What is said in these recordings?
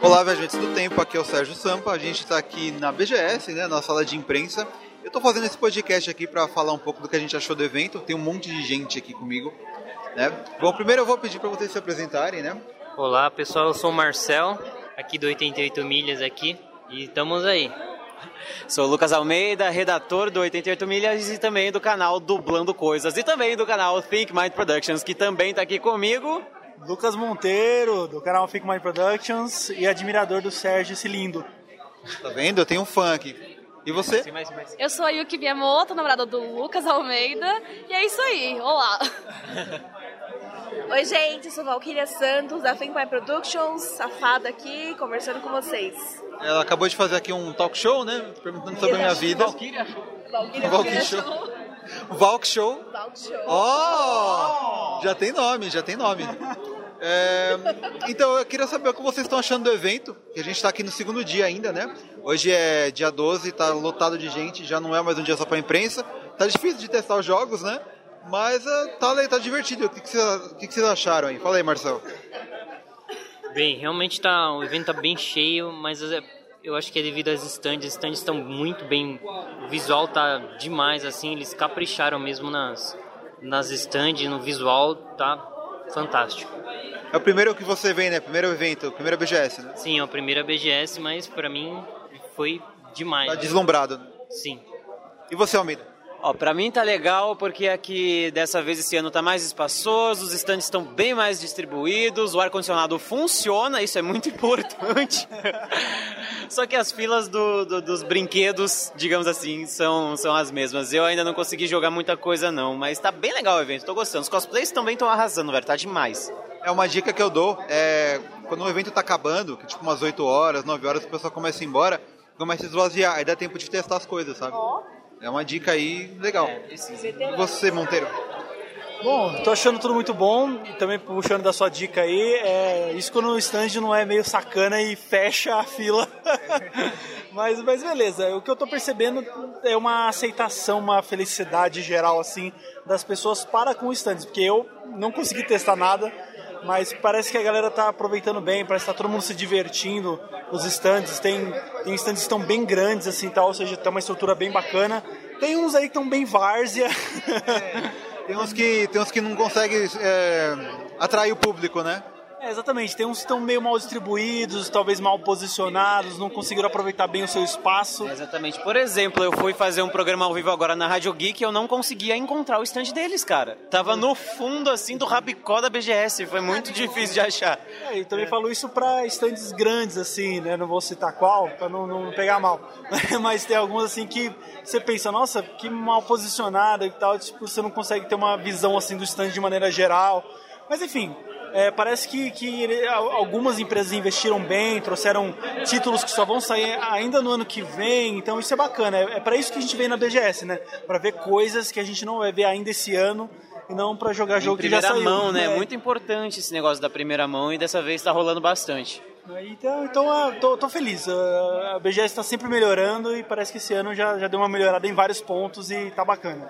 Olá, viajantes do tempo, aqui é o Sérgio Sampa, a gente está aqui na BGS, né, na sala de imprensa. Eu estou fazendo esse podcast aqui para falar um pouco do que a gente achou do evento, tem um monte de gente aqui comigo, né? Bom, primeiro eu vou pedir para vocês se apresentarem, né? Olá pessoal, eu sou o Marcel, aqui do 88 Milhas aqui, e estamos aí. Sou o Lucas Almeida, redator do 88 Milhas e também do canal Dublando Coisas e também do canal Think Mind Productions, que também está aqui comigo. Lucas Monteiro, do canal Think Mind Productions e admirador do Sérgio Cilindo. Tá vendo? Eu tenho um fã aqui. E você? Sim, mais. Eu sou a Yuki Miyamoto, namorada do Lucas Almeida, e é isso aí, olá! Oi gente, eu sou Valquíria Santos, da Think Mind Productions, safada aqui, conversando com vocês. Ela acabou de fazer aqui um talk show, né? Perguntando sobre a minha vida. Valquíria Show. Valk Show. Oh! Já tem nome. Então eu queria saber o que vocês estão achando do evento, que a gente está aqui no segundo dia ainda, né? Hoje é dia 12, tá lotado de gente, já não é mais um dia só para imprensa. Tá difícil de testar os jogos, né? Mas tá divertido. O que vocês acharam aí? Fala aí, Marcel. Bem, realmente o evento tá bem cheio, mas eu acho que é devido às stands. As stands estão muito bem, o visual tá demais, assim, eles capricharam mesmo nas stands, no visual tá fantástico. É o primeiro que você vem, né? Primeiro evento, primeira BGS, né? Sim, é a primeira BGS, mas pra mim foi demais. Tá deslumbrado, né? Sim. E você, Almeida? Pra mim tá legal porque aqui dessa vez esse ano tá mais espaçoso, os stands estão bem mais distribuídos, o ar-condicionado funciona, isso é muito importante. Só que as filas dos brinquedos, digamos assim, são as mesmas. Eu ainda não consegui jogar muita coisa não, mas tá bem legal o evento, tô gostando. Os cosplays também estão arrasando, velho, tá demais. É uma dica que eu dou, quando o evento tá acabando, que tipo umas 8 horas, 9 horas, o pessoal começa a ir embora, começa a esvaziar, aí dá tempo de testar as coisas, sabe? É uma dica aí legal. E você, Monteiro? Bom, tô achando tudo muito bom e também puxando da sua dica aí, isso quando o stand não é meio sacana e fecha a fila. mas beleza, o que eu tô percebendo é uma aceitação, uma felicidade geral assim das pessoas para com os stands, porque eu não consegui testar nada, mas parece que a galera tá aproveitando bem, parece que tá todo mundo se divertindo nos stands, tem stands que estão bem grandes assim, tal, ou seja, tem uma estrutura bem bacana. Tem uns aí que estão bem várzea. Tem uns que não conseguem atrair o público, né? Exatamente, tem uns que estão meio mal distribuídos, talvez mal posicionados, não conseguiram aproveitar bem o seu espaço. Exatamente, por exemplo, eu fui fazer um programa ao vivo agora na Rádio Geek e eu não conseguia encontrar o stand deles, cara. Tava no fundo, assim, do rabicó da BGS, foi muito difícil de achar. Eu também falo isso pra stands grandes, assim, né, não vou citar qual, pra não pegar mal. Mas tem alguns, assim, que você pensa, nossa, que mal posicionado e tal, tipo, você não consegue ter uma visão, assim, do stand de maneira geral. Mas, enfim... parece que algumas empresas investiram bem, trouxeram títulos que só vão sair ainda no ano que vem, então isso é bacana, é para isso que a gente vem na BGS, né? Para ver coisas que a gente não vai ver ainda esse ano e não para jogar jogo que já saiu. Primeira mão, né? É muito importante esse negócio da primeira mão e dessa vez está rolando bastante. Então tô feliz, a BGS está sempre melhorando e parece que esse ano já deu uma melhorada em vários pontos e tá bacana.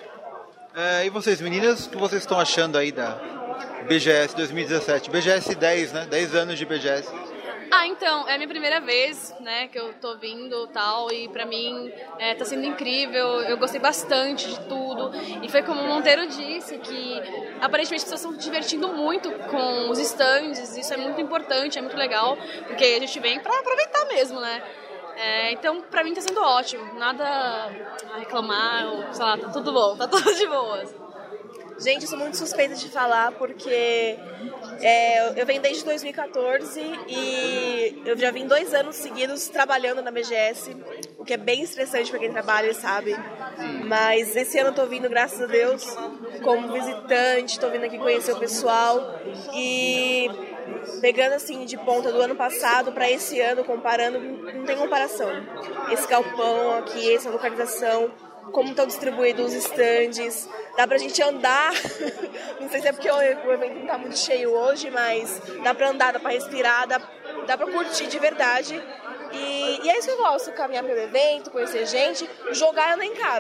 E vocês, meninas, o que vocês estão achando aí da BGS 2017? BGS 10, né? 10 anos de BGS. Então, é a minha primeira vez, né, que eu tô vindo e tal, e pra mim tá sendo incrível, eu gostei bastante de tudo, e foi como o Monteiro disse, que aparentemente as pessoas estão se divertindo muito com os stands, isso é muito importante, é muito legal, porque a gente vem pra aproveitar mesmo, né. Então, pra mim tá sendo ótimo, nada a reclamar, ou, sei lá, tá tudo bom, tá tudo de boas. Gente, eu sou muito suspeita de falar porque eu venho desde 2014 e eu já vim 2 anos seguidos trabalhando na BGS, o que é bem estressante para quem trabalha, sabe? Mas esse ano eu tô vindo, graças a Deus, como visitante, tô vindo aqui conhecer o pessoal e pegando assim de ponta do ano passado para esse ano, comparando, não tem comparação. Esse galpão aqui, essa localização, como estão distribuídos os stands, dá pra gente andar, não sei se é porque o evento não tá muito cheio hoje, mas dá pra andar, dá pra respirar, dá pra curtir de verdade. E é isso que eu gosto, caminhar pelo evento, conhecer gente, jogar eu nem encaro.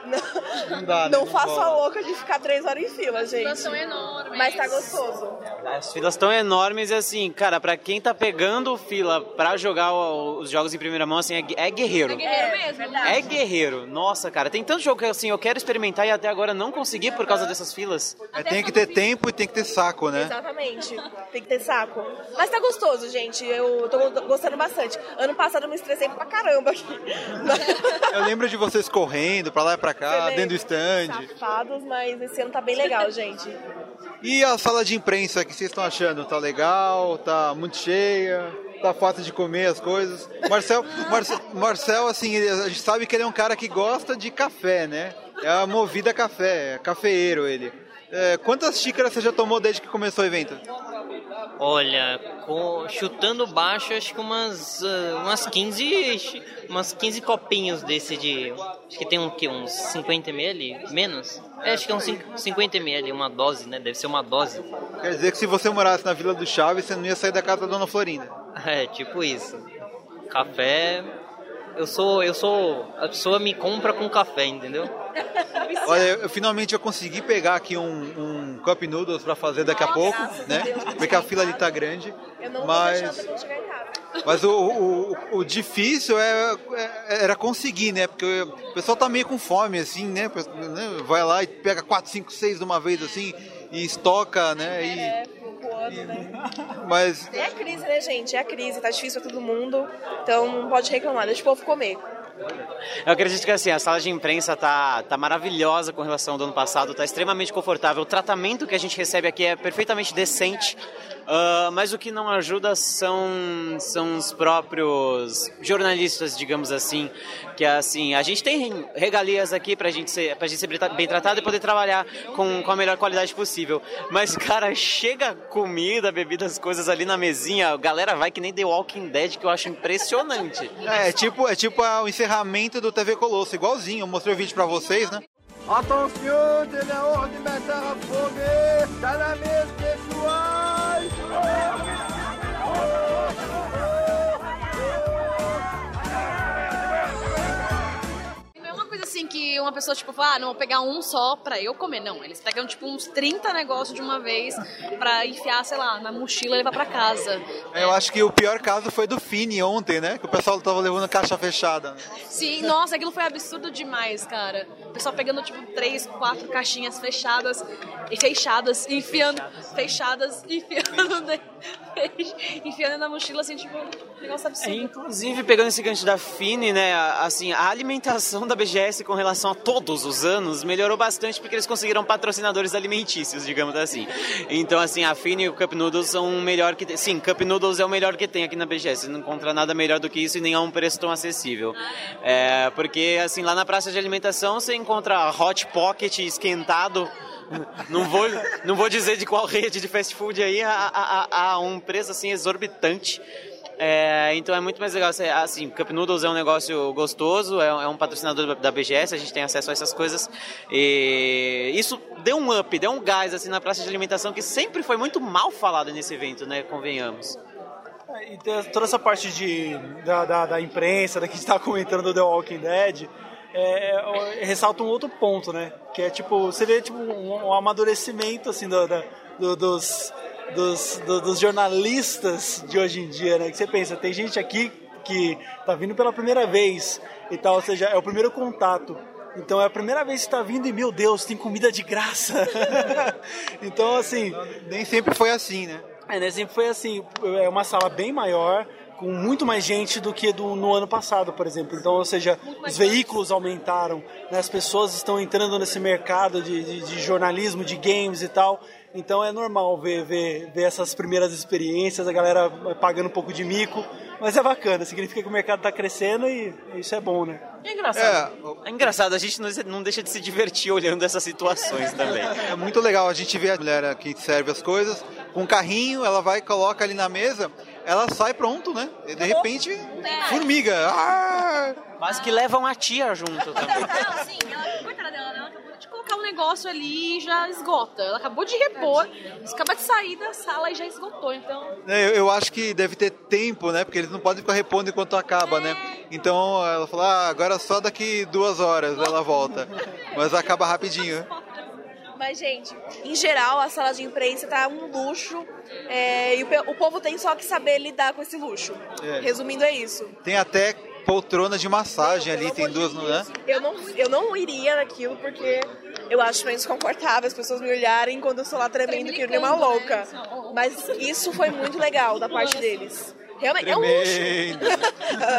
Não dá, né? Não faço a louca de ficar 3 horas em fila, gente. Elas são enormes. Mas tá gostoso. As filas estão enormes e assim, cara, pra quem tá pegando fila pra jogar os jogos em primeira mão, assim, é guerreiro. É guerreiro mesmo. verdade. É guerreiro. Nossa, cara, tem tanto jogo que assim, eu quero experimentar e até agora não consegui por causa dessas filas. Tem que ter tempo e tem que ter saco, né? Exatamente. Tem que ter saco. Mas tá gostoso, gente. Eu tô gostando bastante. Ano passado eu me estressei pra caramba aqui. Eu lembro de vocês correndo pra lá e pra cá, dentro do stand. Safados, mas esse ano tá bem legal, gente. E a sala de imprensa, o que vocês estão achando? Tá legal? Tá muito cheia? Tá fácil de comer as coisas? Marcel, assim, a gente sabe que ele é um cara que gosta de café, né? É a Movida Café, é cafeeiro ele. Quantas xícaras você já tomou desde que começou o evento? Olha, chutando baixo, acho que umas 15 copinhos desse de... Acho que tem uns 50 ml, menos? Acho que é uns 50 ml, uma dose, né? Deve ser uma dose. Quer dizer que se você morasse na Vila do Chaves, você não ia sair da casa da Dona Florinda. É, tipo isso. Café... Eu sou... A pessoa me compra com café, entendeu? Olha, eu finalmente consegui pegar aqui um Cup Noodles pra fazer daqui a pouco, né? Porque a fila ali tá grande. Eu não vou deixar pra chegar em casa. Mas o difícil era conseguir, né? Porque o pessoal tá meio com fome, assim, né? Vai lá e pega 4, 5, 6 de uma vez, assim, e estoca, né? Mas... É a crise, né, gente? É a crise. Tá difícil pra todo mundo. Então não pode reclamar. Deixa o povo comer. Eu acredito que assim, a sala de imprensa tá maravilhosa com relação ao do ano passado, tá extremamente confortável. O tratamento que a gente recebe aqui é perfeitamente decente, mas o que não ajuda são os próprios jornalistas, digamos assim, que assim, a gente tem regalias aqui pra gente ser bem tratado e poder trabalhar com a melhor qualidade possível. Mas, cara, chega comida, bebidas, coisas ali na mesinha, a galera vai que nem The Walking Dead, que eu acho impressionante. É tipo o encerramento do TV Colosso, igualzinho. Eu mostrei o vídeo pra vocês, né? Atenção, tem a ordem de meter a fogo, tá na mesa, pessoal! Não é uma coisa assim que uma pessoa, tipo, fala, não, vou pegar um só pra eu comer. Não, eles pegam, tipo, uns 30 negócios de uma vez pra enfiar, sei lá, na mochila e levar pra casa. Eu acho que o pior caso foi do Fini ontem, né? Que o pessoal tava levando caixa fechada. Né? Sim, nossa, aquilo foi absurdo demais, cara. O pessoal pegando, tipo, 3, 4 caixinhas fechadas, enfiando na mochila, assim, tipo, um negócio absurdo. Inclusive, pegando esse gancho da Fini, né, assim, a alimentação da BGS com relação a todos os anos melhorou bastante porque eles conseguiram patrocinadores alimentícios, digamos assim. Então, assim, a Fini e o Cup Noodles são o melhor que tem. Sim, Cup Noodles é o melhor que tem aqui na BGS. Você não encontra nada melhor do que isso e nem a um preço tão acessível. Porque, assim, lá na praça de alimentação você encontra Hot Pocket esquentado. Não vou dizer de qual rede de fast food aí, a um preço assim exorbitante. Então é muito mais legal. Assim, Cup Noodles é um negócio gostoso, é um patrocinador da BGS, a gente tem acesso a essas coisas. E isso deu um up, deu um gás assim, na praça de alimentação, que sempre foi muito mal falado nesse evento, né? Convenhamos. E toda essa parte da imprensa, da que a gente estava comentando do The Walking Dead, ressalta um outro ponto, né? Que é tipo, você vê tipo um amadurecimento assim dos jornalistas de hoje em dia, né? Que você pensa, tem gente aqui que tá vindo pela primeira vez e tal, ou seja, é o primeiro contato. Então é a primeira vez que está vindo e, meu Deus, tem comida de graça. Então, assim... Nem sempre foi assim, né? Nem sempre foi assim. É uma sala bem maior, com muito mais gente do que no ano passado, por exemplo. Então, ou seja, os veículos aumentaram, né? As pessoas estão entrando nesse mercado de jornalismo, de games e tal. Então é normal ver essas primeiras experiências, a galera pagando um pouco de mico, mas é bacana, significa que o mercado está crescendo e isso é bom, né? É engraçado. É engraçado, a gente não deixa de se divertir olhando essas situações também. É muito legal, a gente vê a mulher que serve as coisas, com um carrinho, ela vai e coloca ali na mesa, ela sai pronto, né? E de repente, formiga. Mas que levam a tia junto também. Não, sim, coitada dela, ela acabou de colocar um negócio ali e já esgota. Ela acabou de repor, acaba de sair da sala e já esgotou, então... Eu acho que deve ter tempo, né? Porque eles não podem ficar repondo enquanto acaba, né? Então ela falou, agora só daqui 2 horas ela volta. Mas acaba rapidinho. Mas, gente, em geral, a sala de imprensa tá um luxo e o povo tem só que saber lidar com esse luxo. Resumindo, é isso. Tem até poltrona de massagem ali, tem 2, não é? Eu não iria naquilo porque eu acho meio desconfortável as pessoas me olharem quando eu estou lá tremendo que nem uma louca. Mas isso foi muito legal da parte deles. Realmente é um luxo.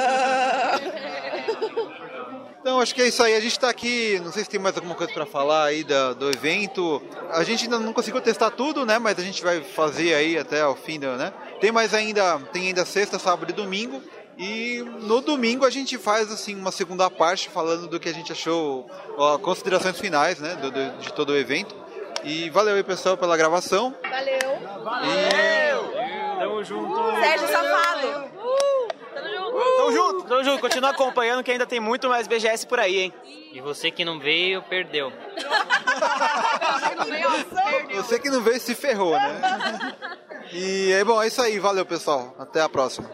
Então, acho que é isso aí. A gente tá aqui, não sei se tem mais alguma coisa para falar aí do evento. A gente ainda não conseguiu testar tudo, né? Mas a gente vai fazer aí até o fim, né? Tem ainda sexta, sábado e domingo. E no domingo a gente faz assim uma segunda parte falando do que a gente achou, considerações finais, né? De todo o evento. E valeu aí, pessoal, pela gravação. Valeu! Tamo junto! Sérgio Safado! Tamo junto, continua acompanhando que ainda tem muito mais BGS por aí, hein? E você que não veio, perdeu. Você que não veio se ferrou, né? E bom, é isso aí, valeu, pessoal. Até a próxima.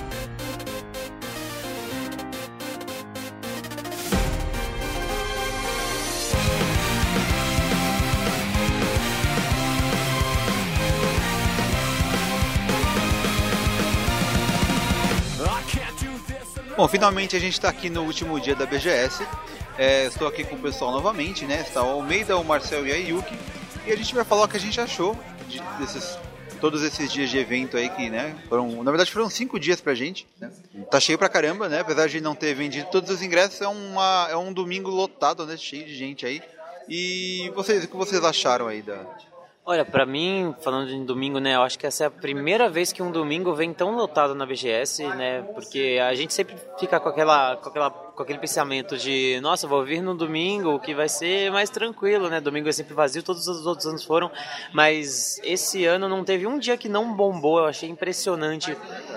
Bom, finalmente a gente está aqui no último dia da BGS. Estou aqui com o pessoal novamente, né? Está o Almeida, o Marcel e a Yuki. E a gente vai falar o que a gente achou todos esses dias de evento aí que, né? Na verdade foram 5 dias pra gente, né? Tá cheio pra caramba, né? Apesar de não ter vendido todos os ingressos, é um domingo lotado, né? Cheio de gente aí. E vocês, o que vocês acharam aí Olha, pra mim, falando de domingo, né, eu acho que essa é a primeira vez que um domingo vem tão lotado na BGS, né, porque a gente sempre fica com aquele pensamento de, nossa, vou vir no domingo, que vai ser mais tranquilo, né, domingo é sempre vazio, todos os outros anos foram, mas esse ano não teve um dia que não bombou, eu achei impressionante,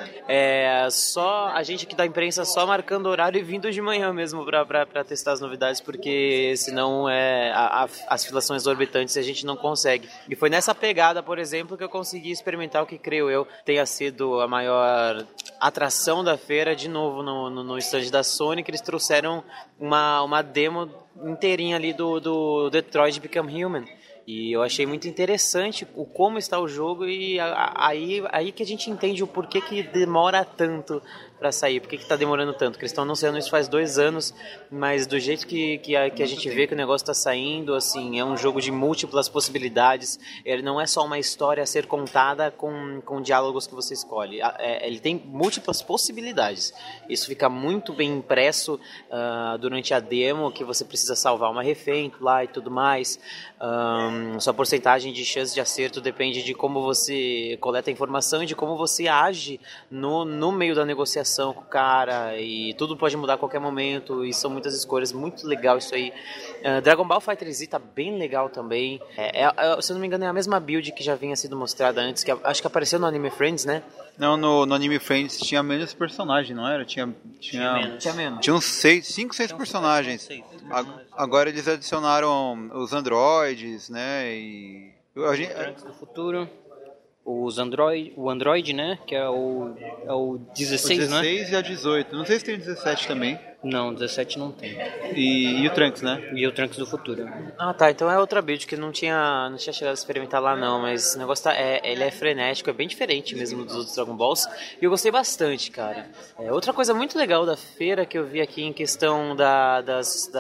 só a gente aqui da imprensa só marcando horário e vindo de manhã mesmo pra testar as novidades, porque senão as filas são exorbitantes e a gente não consegue. E foi nessa pegada, por exemplo, que eu consegui experimentar o que creio eu tenha sido a maior atração da feira, de novo no stand da Sony, que eles trouxeram uma demo inteirinha ali do Detroit Become Human. E eu achei muito interessante como está o jogo e aí que a gente entende o porquê que demora tanto para sair, por que está demorando tanto, que eles estão anunciando isso faz 2 anos, mas do jeito que a gente vê que o negócio está saindo, assim, é um jogo de múltiplas possibilidades, ele não é só uma história a ser contada com diálogos que você escolhe, ele tem múltiplas possibilidades, isso fica muito bem impresso durante a demo, que você precisa salvar uma refém lá e tudo mais, sua porcentagem de chance de acerto depende de como você coleta a informação e de como você age no meio da negociação com o cara, e tudo pode mudar a qualquer momento, e são muitas escolhas, muito legal isso aí. Dragon Ball FighterZ tá bem legal também, se eu não me engano é a mesma build que já vinha sido mostrada antes, que acho que apareceu no Anime Friends, né? Não, no Anime Friends tinha menos personagens, não era? Tinha menos. Tinha uns 5, 6 personagens. Agora eles adicionaram os androides, né? E o Trunks do futuro. O Android, né? Que é o 16, né? O 16 e a 18. Não sei se tem 17 também. Não, 17 não tem. E o Trunks, né? E o Trunks do futuro. Ah, tá. Então é outra build que não tinha chegado a experimentar lá, não. Mas o negócio ele é frenético, é bem diferente mesmo dos outros Dragon Balls. E eu gostei bastante, cara. Outra coisa muito legal da feira que eu vi aqui em questão das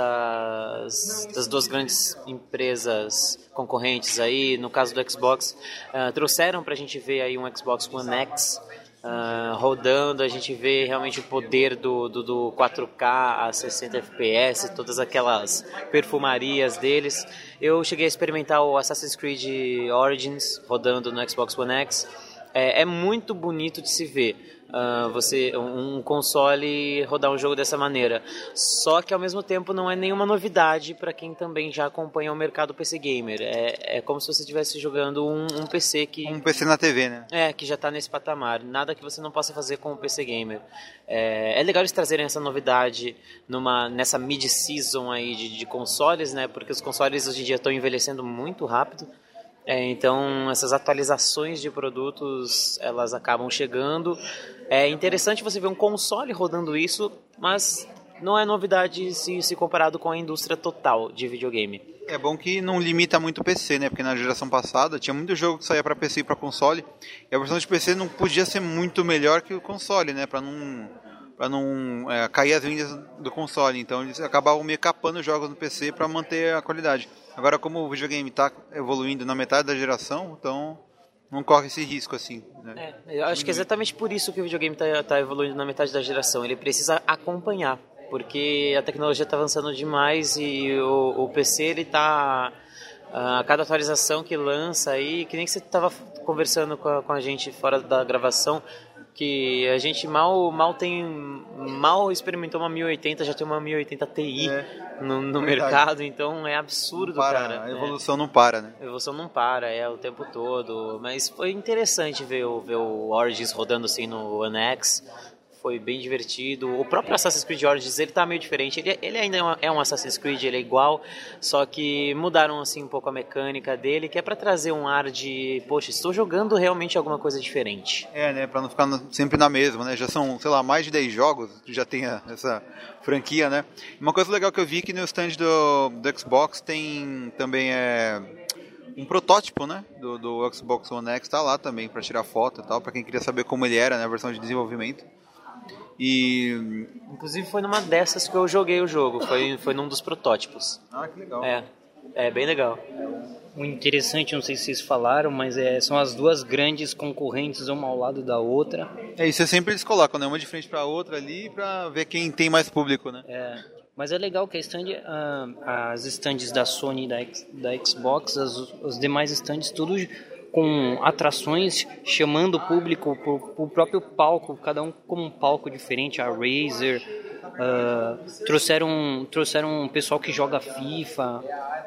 2 grandes empresas concorrentes aí, no caso do Xbox, trouxeram pra gente ver aí um Xbox One X rodando, a gente vê realmente o poder do 4K a 60 FPS, todas aquelas perfumarias deles. Eu cheguei a experimentar o Assassin's Creed Origins rodando no Xbox One X. É muito bonito de se ver. Você um console rodar um jogo dessa maneira, só que ao mesmo tempo não é nenhuma novidade para quem também já acompanha o mercado PC gamer. É como se você estivesse jogando um PC que um PC na TV, né? Que já está nesse patamar. Nada que você não possa fazer com o PC gamer. É legal eles trazerem essa novidade nessa mid-season aí de consoles, né? Porque os consoles hoje em dia estão envelhecendo muito rápido. Então essas atualizações de produtos elas acabam chegando. É interessante você ver um console rodando isso, mas não é novidade se comparado com a indústria total de videogame. É bom que não limita muito o PC, né? Porque na geração passada tinha muito jogo que saía para PC e para console, e a versão de PC não podia ser muito melhor que o console, né? Para não cair as vendas do console. Então eles acabavam meio capando os jogos no PC para manter a qualidade. Agora, como o videogame está evoluindo na metade da geração, então não corre esse risco assim, né? Eu acho que é exatamente por isso que o videogame está evoluindo na metade da geração. Ele precisa acompanhar, porque a tecnologia está avançando demais e o PC ele está... a cada atualização que lança aí, que nem que você estava conversando com a gente fora da gravação, que a gente mal experimentou uma 1080, já tem uma 1080 Ti no mercado, então é absurdo, cara. A evolução não para, né? A evolução não para, o tempo todo, mas foi interessante ver o Origins rodando assim no One X. Foi bem divertido. O próprio Assassin's Creed Origins, ele tá meio diferente. Ele ainda é um Assassin's Creed, ele é igual, só que mudaram assim um pouco a mecânica dele, que é pra trazer um ar de, poxa, estou jogando realmente alguma coisa diferente. Né, pra não ficar sempre na mesma, né? Já são, sei lá, mais de 10 jogos que já tem essa franquia, né? Uma coisa legal que eu vi que no stand do Xbox tem também um protótipo, né, do Xbox One X, tá lá também pra tirar foto e tal, pra quem queria saber como ele era, né, a versão de desenvolvimento. E inclusive foi numa dessas que eu joguei o jogo, foi num dos protótipos. Que legal. É bem legal. O interessante, não sei se vocês falaram, mas são as duas grandes concorrentes, uma ao lado da outra. Isso sempre eles colocam, né, uma de frente pra outra ali, pra ver quem tem mais público, né. Mas é legal que as stands da Sony e da Xbox, os demais stands, tudo com atrações, chamando o público para o próprio palco, cada um com um palco diferente. A Razer, trouxeram um pessoal que joga FIFA,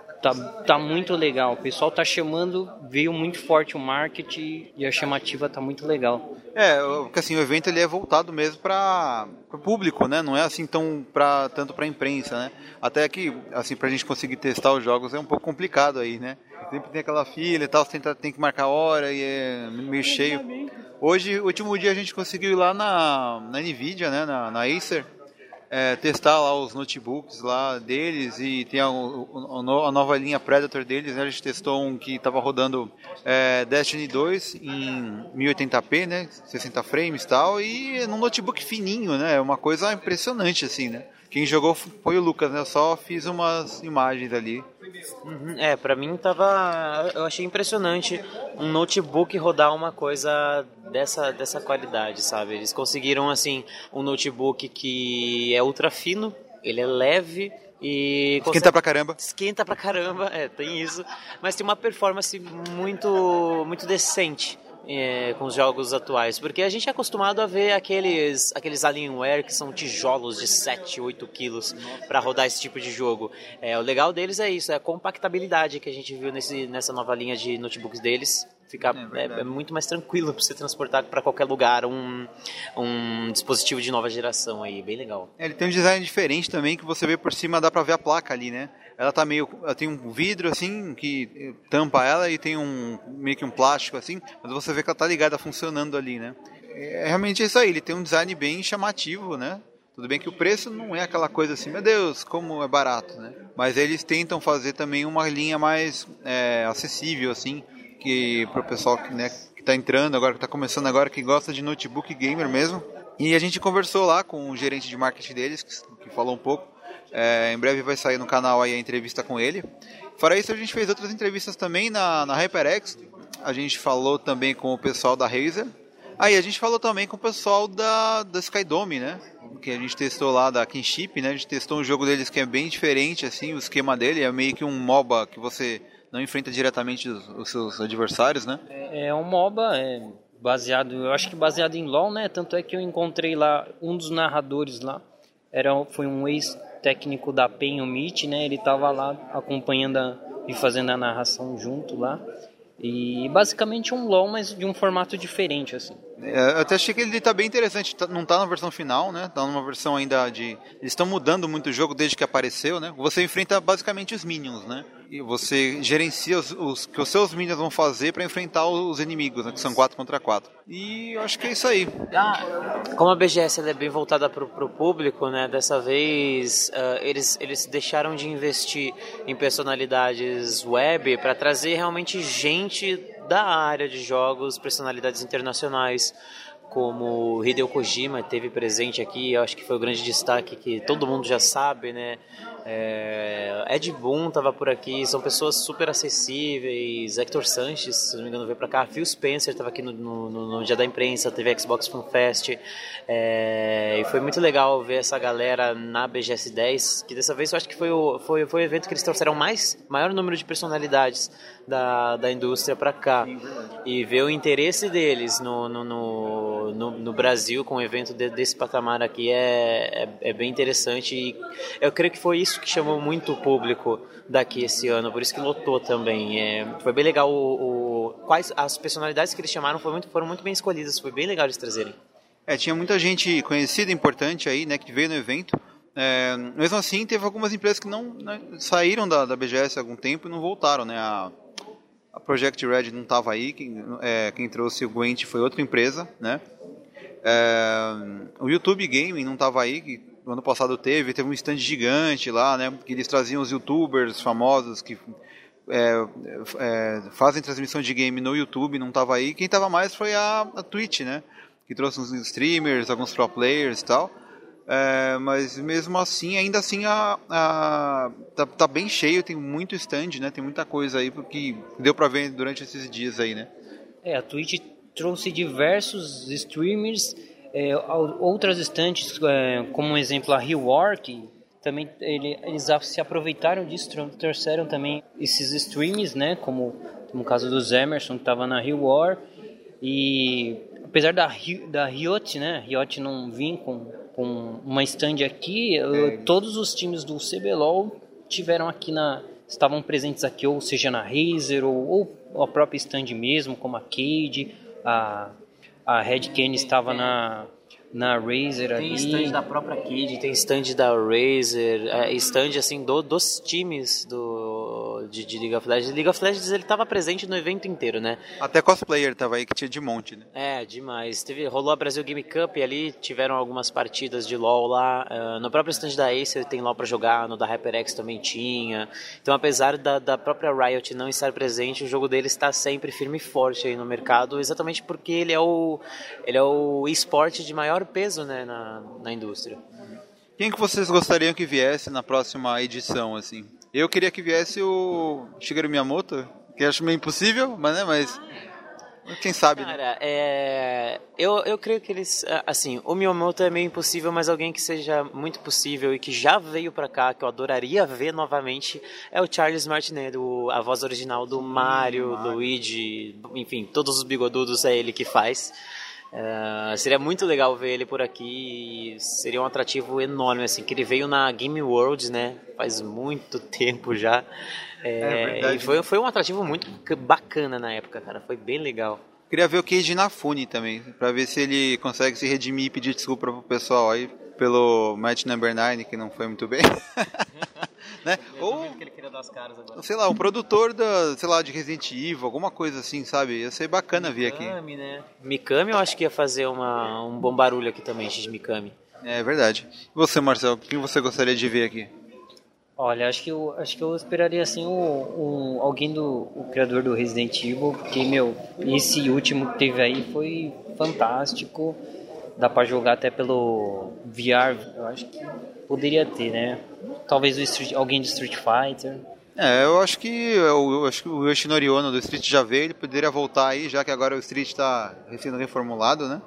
tá muito legal. O pessoal tá chamando, veio muito forte o marketing e a chamativa tá muito legal. Porque assim, o evento ele é voltado mesmo para o público, né? Não é assim tanto para a imprensa, né? Até que, assim, pra gente conseguir testar os jogos é um pouco complicado aí, né? Sempre tem aquela fila e tal, você tem que marcar hora e é meio cheio. Hoje, o último dia a gente conseguiu ir lá na Nvidia, né? Na Acer, testar lá os notebooks lá deles, e tem a nova linha Predator deles, né? A gente testou um que estava rodando Destiny 2 em 1080p, né? 60 frames e tal, e num notebook fininho, né? É uma coisa impressionante, assim, né? Quem jogou foi o Lucas, né? Eu só fiz umas imagens ali. Pra mim eu achei impressionante um notebook rodar uma coisa dessa qualidade, sabe? Eles conseguiram, assim, um notebook que é ultra fino, ele é leve e... Esquenta pra caramba. Esquenta pra caramba, tem isso. Mas tem uma performance muito, muito decente. Com os jogos atuais, porque a gente é acostumado a ver aqueles Alienware que são tijolos de 7, 8 quilos para rodar esse tipo de jogo. O legal deles é isso, é a compactabilidade que a gente viu nessa nova linha de notebooks deles. É muito mais tranquilo para você transportar para qualquer lugar um dispositivo de nova geração aí, bem legal. Ele tem um design diferente também, que você vê por cima, dá para ver a placa ali, né? Ela tem um vidro assim que tampa ela e tem meio que um plástico assim, mas você vê que ela tá ligada, funcionando ali, né? Realmente é isso aí, ele tem um design bem chamativo, né? Tudo bem que o preço não é aquela coisa assim, meu Deus, como é barato, né? Mas eles tentam fazer também uma linha mais acessível, assim, que pro pessoal que tá entrando agora, que tá começando agora, que gosta de notebook gamer mesmo. E a gente conversou lá com o gerente de marketing deles, que falou um pouco. Em breve vai sair no canal aí a entrevista com ele. Fora isso, a gente fez outras entrevistas também na HyperX. A gente falou também com o pessoal da Razer. Aí a gente falou também com o pessoal da Skydome, né? Que a gente testou lá da Kinship, né? A gente testou um jogo deles que é bem diferente, assim, o esquema dele é meio que um MOBA que você não enfrenta diretamente os seus adversários, né? É um MOBA eu acho que baseado em LoL, né? Tanto é que eu encontrei lá um dos narradores lá, foi um ex-técnico da PEN, o Mitch, né? Ele tava lá acompanhando e fazendo a narração junto lá. E basicamente um LoL, mas de um formato diferente, assim. Eu até achei que ele tá bem interessante, não tá na versão final, né? Tá numa versão ainda de... Eles estão mudando muito o jogo desde que apareceu, né? Você enfrenta basicamente os minions, né? E você gerencia os que os seus minions vão fazer para enfrentar os inimigos, né? Que são 4 contra 4. E eu acho que é isso aí. Como a BGS ela é bem voltada pro público, né? Dessa vez eles deixaram de investir em personalidades web para trazer realmente gente da área de jogos, personalidades internacionais, como Hideo Kojima teve presente aqui. Eu acho que foi o grande destaque que todo mundo já sabe, né? Ed Boon estava por aqui, são pessoas super acessíveis. Hector Sanches, se não me engano, veio para cá. Phil Spencer estava aqui no dia da imprensa, teve Xbox Fan Fest, e foi muito legal ver essa galera na BGS 10, que dessa vez eu acho que foi o evento que eles trouxeram maior número de personalidades da indústria para cá, e ver o interesse deles no Brasil com um evento desse patamar aqui é bem interessante, e eu creio que foi isso que chamou muito o público daqui esse ano, por isso que lotou também. Foi bem legal quais as personalidades que eles chamaram foram muito bem escolhidas, foi bem legal eles trazerem. Tinha muita gente conhecida, importante aí, né, que veio no evento. Mesmo assim, teve algumas empresas que não, né, saíram da BGS há algum tempo e não voltaram, né? A Project Red não estava aí, quem trouxe o Gwent foi outra empresa, né? O YouTube Gaming não estava aí, que no ano passado teve um stand gigante lá, né? Que eles traziam os youtubers famosos que fazem transmissão de game no YouTube, não estava aí. Quem estava mais foi a Twitch, né? Que trouxe uns streamers, alguns pro players e tal. Mas mesmo assim, ainda assim tá bem cheio, tem muito stand, né? Tem muita coisa aí porque deu pra ver durante esses dias aí, né? A Twitch trouxe diversos streamers, outras stands, como um exemplo a Rework, também eles se aproveitaram disso, trouxeram também esses streams, né? Como no caso do Emerson, que estava na Rework, e apesar da Riot, né? Riot não vir com uma stand aqui, todos os times do CBLOL estavam presentes aqui, ou seja na Razer, ou a própria stand mesmo, como a Cade, a Red Canids estava na Razer ali. Tem stand da própria Cade, tem stand da Razer, stand assim dos times de League of Legends. League of Legends ele estava presente no evento inteiro, né? Até cosplayer tava aí, que tinha de monte, né? Demais. Rolou a Brasil Game Cup ali, tiveram algumas partidas de LoL lá. No próprio stand da Acer tem LoL para jogar, no da HyperX também tinha. Então, apesar da própria Riot não estar presente, o jogo deles está sempre firme e forte aí no mercado, exatamente porque ele é o esporte de maior peso, né, na indústria. Quem que vocês gostariam que viesse na próxima edição, assim? Eu queria que viesse o Shigeru Miyamoto, que acho meio impossível, mas quem sabe, cara, né? Eu creio que eles, assim, o Miyamoto é meio impossível, mas alguém que seja muito possível e que já veio pra cá, que eu adoraria ver novamente, é o Charles Martinet, a voz original do Mario, Luigi, enfim, todos os bigodudos é ele que faz. Seria muito legal ver ele por aqui, seria um atrativo enorme, assim, que ele veio na Game World, né, faz muito tempo já, e foi um atrativo muito bacana na época, cara, foi bem legal. Queria ver o Keiji Inafune também, pra ver se ele consegue se redimir e pedir desculpa pro pessoal aí pelo match number 9, que não foi muito bem. Né? Ou, que ele queria dar as caras agora. Sei lá, um produtor de Resident Evil, alguma coisa assim, sabe? Ia ser bacana ver aqui. Né? Mikami eu acho que ia fazer um bom barulho aqui também, de Mikami. É verdade. E você, Marcelo, quem você gostaria de ver aqui? Olha, acho que eu esperaria assim alguém o criador do Resident Evil, porque, esse último que teve aí foi fantástico. Dá pra jogar até pelo VR, eu acho que poderia ter, né? Talvez alguém do Street Fighter. Eu acho que o Yoshinori Ono do Street já veio, ele poderia voltar aí, já que agora o Street está sendo reformulado, né?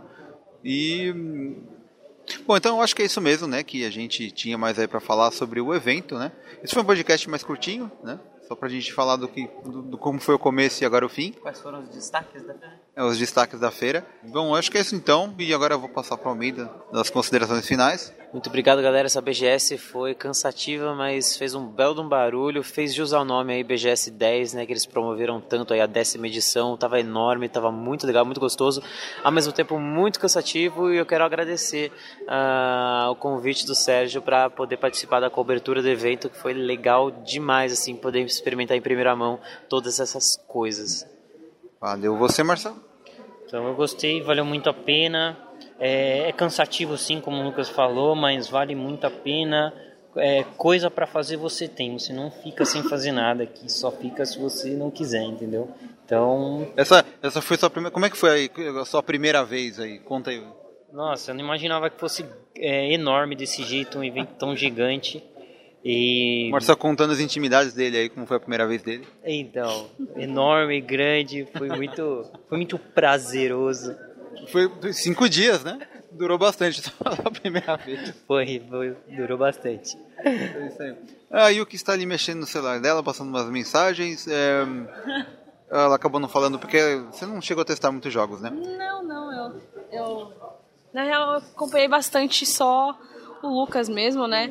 Bom, então eu acho que é isso mesmo, né? Que a gente tinha mais aí para falar sobre o evento, né? Esse foi um podcast mais curtinho, né? Só pra gente falar do como foi o começo e agora o fim. Quais foram os destaques da feira? Os destaques da feira. Bom, acho que é isso então. E agora eu vou passar para o Almeida das considerações finais. Muito obrigado, galera. Essa BGS foi cansativa, mas fez um belo de um barulho. Fez jus ao nome aí, BGS 10, né? Que eles promoveram tanto aí a 10ª edição. Tava enorme, tava muito legal, muito gostoso. Ao mesmo tempo, muito cansativo. E eu quero agradecer o convite do Sérgio para poder participar da cobertura do evento, que foi legal demais, assim, poder experimentar em primeira mão todas essas coisas. Valeu. Você, Marcelo? Então eu gostei, valeu muito a pena. É cansativo sim, como o Lucas falou, mas vale muito a pena. Coisa para fazer você tem, você não fica sem fazer nada aqui, só fica se você não quiser, entendeu? Então... Essa foi sua primeira... Como é que foi a sua primeira vez aí? Conta aí. Nossa, eu não imaginava que fosse enorme desse jeito, um evento tão gigante. E... Marcelo contando as intimidades dele aí, como foi a primeira vez dele. Então, enorme, grande, foi muito prazeroso. Foi 5 dias, né? Durou bastante a primeira vez. Durou bastante. É isso aí. A Yuki está ali mexendo no celular dela, passando umas mensagens. Ela acabou não falando porque você não chegou a testar muitos jogos, né? Não, eu na real eu acompanhei bastante só o Lucas mesmo, né?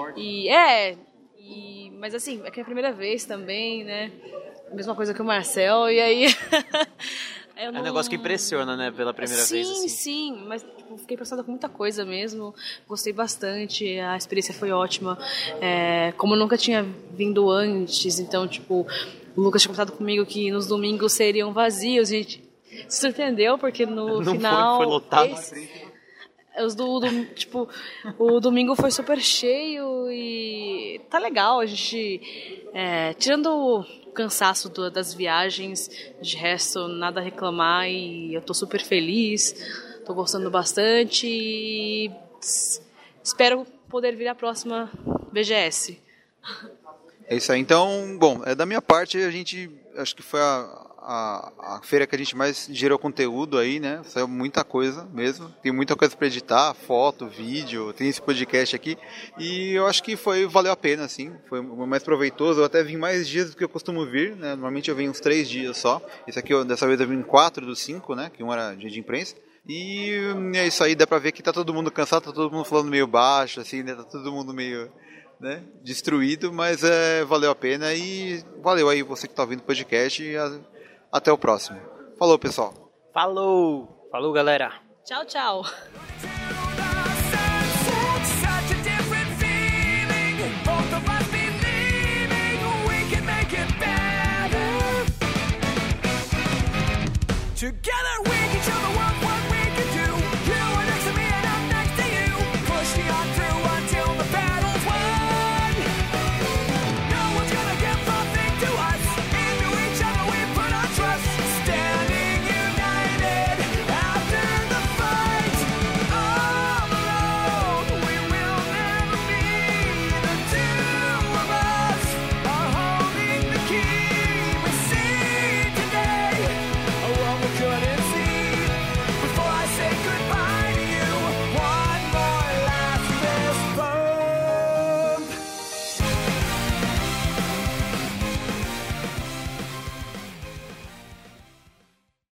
Mas assim, é que é a primeira vez também, né? Mesma coisa que o Marcel, e aí... É um negócio que impressiona, né? Pela primeira vez. Assim. Sim, mas tipo, fiquei impressionada com muita coisa mesmo. Gostei bastante, a experiência foi ótima. Como eu nunca tinha vindo antes, então, tipo, o Lucas tinha comentado comigo que nos domingos seriam vazios. A gente se surpreendeu, porque no final... Foi lotado. O domingo foi super cheio e tá legal. A gente, tirando o cansaço das viagens, de resto, nada a reclamar e eu tô super feliz, tô gostando bastante e espero poder vir à próxima BGS. É isso aí. Então, bom, da minha parte, acho que foi a feira que a gente mais gerou conteúdo aí, né? Saiu muita coisa mesmo. Tem muita coisa para editar, foto, vídeo, tem esse podcast aqui. E eu acho que valeu a pena, assim. Foi mais proveitoso. Eu até vim mais dias do que eu costumo vir, né? Normalmente eu venho uns 3 dias só. Esse aqui, dessa vez eu vim 4 dos 5, né? Que um era dia de imprensa. E é isso aí, dá pra ver que tá todo mundo cansado, tá todo mundo falando meio baixo, assim, né? Tá todo mundo meio... né, destruído, mas valeu a pena e valeu aí você que tá ouvindo o podcast e até o próximo. Falou, pessoal. Falou, galera. Tchau. Together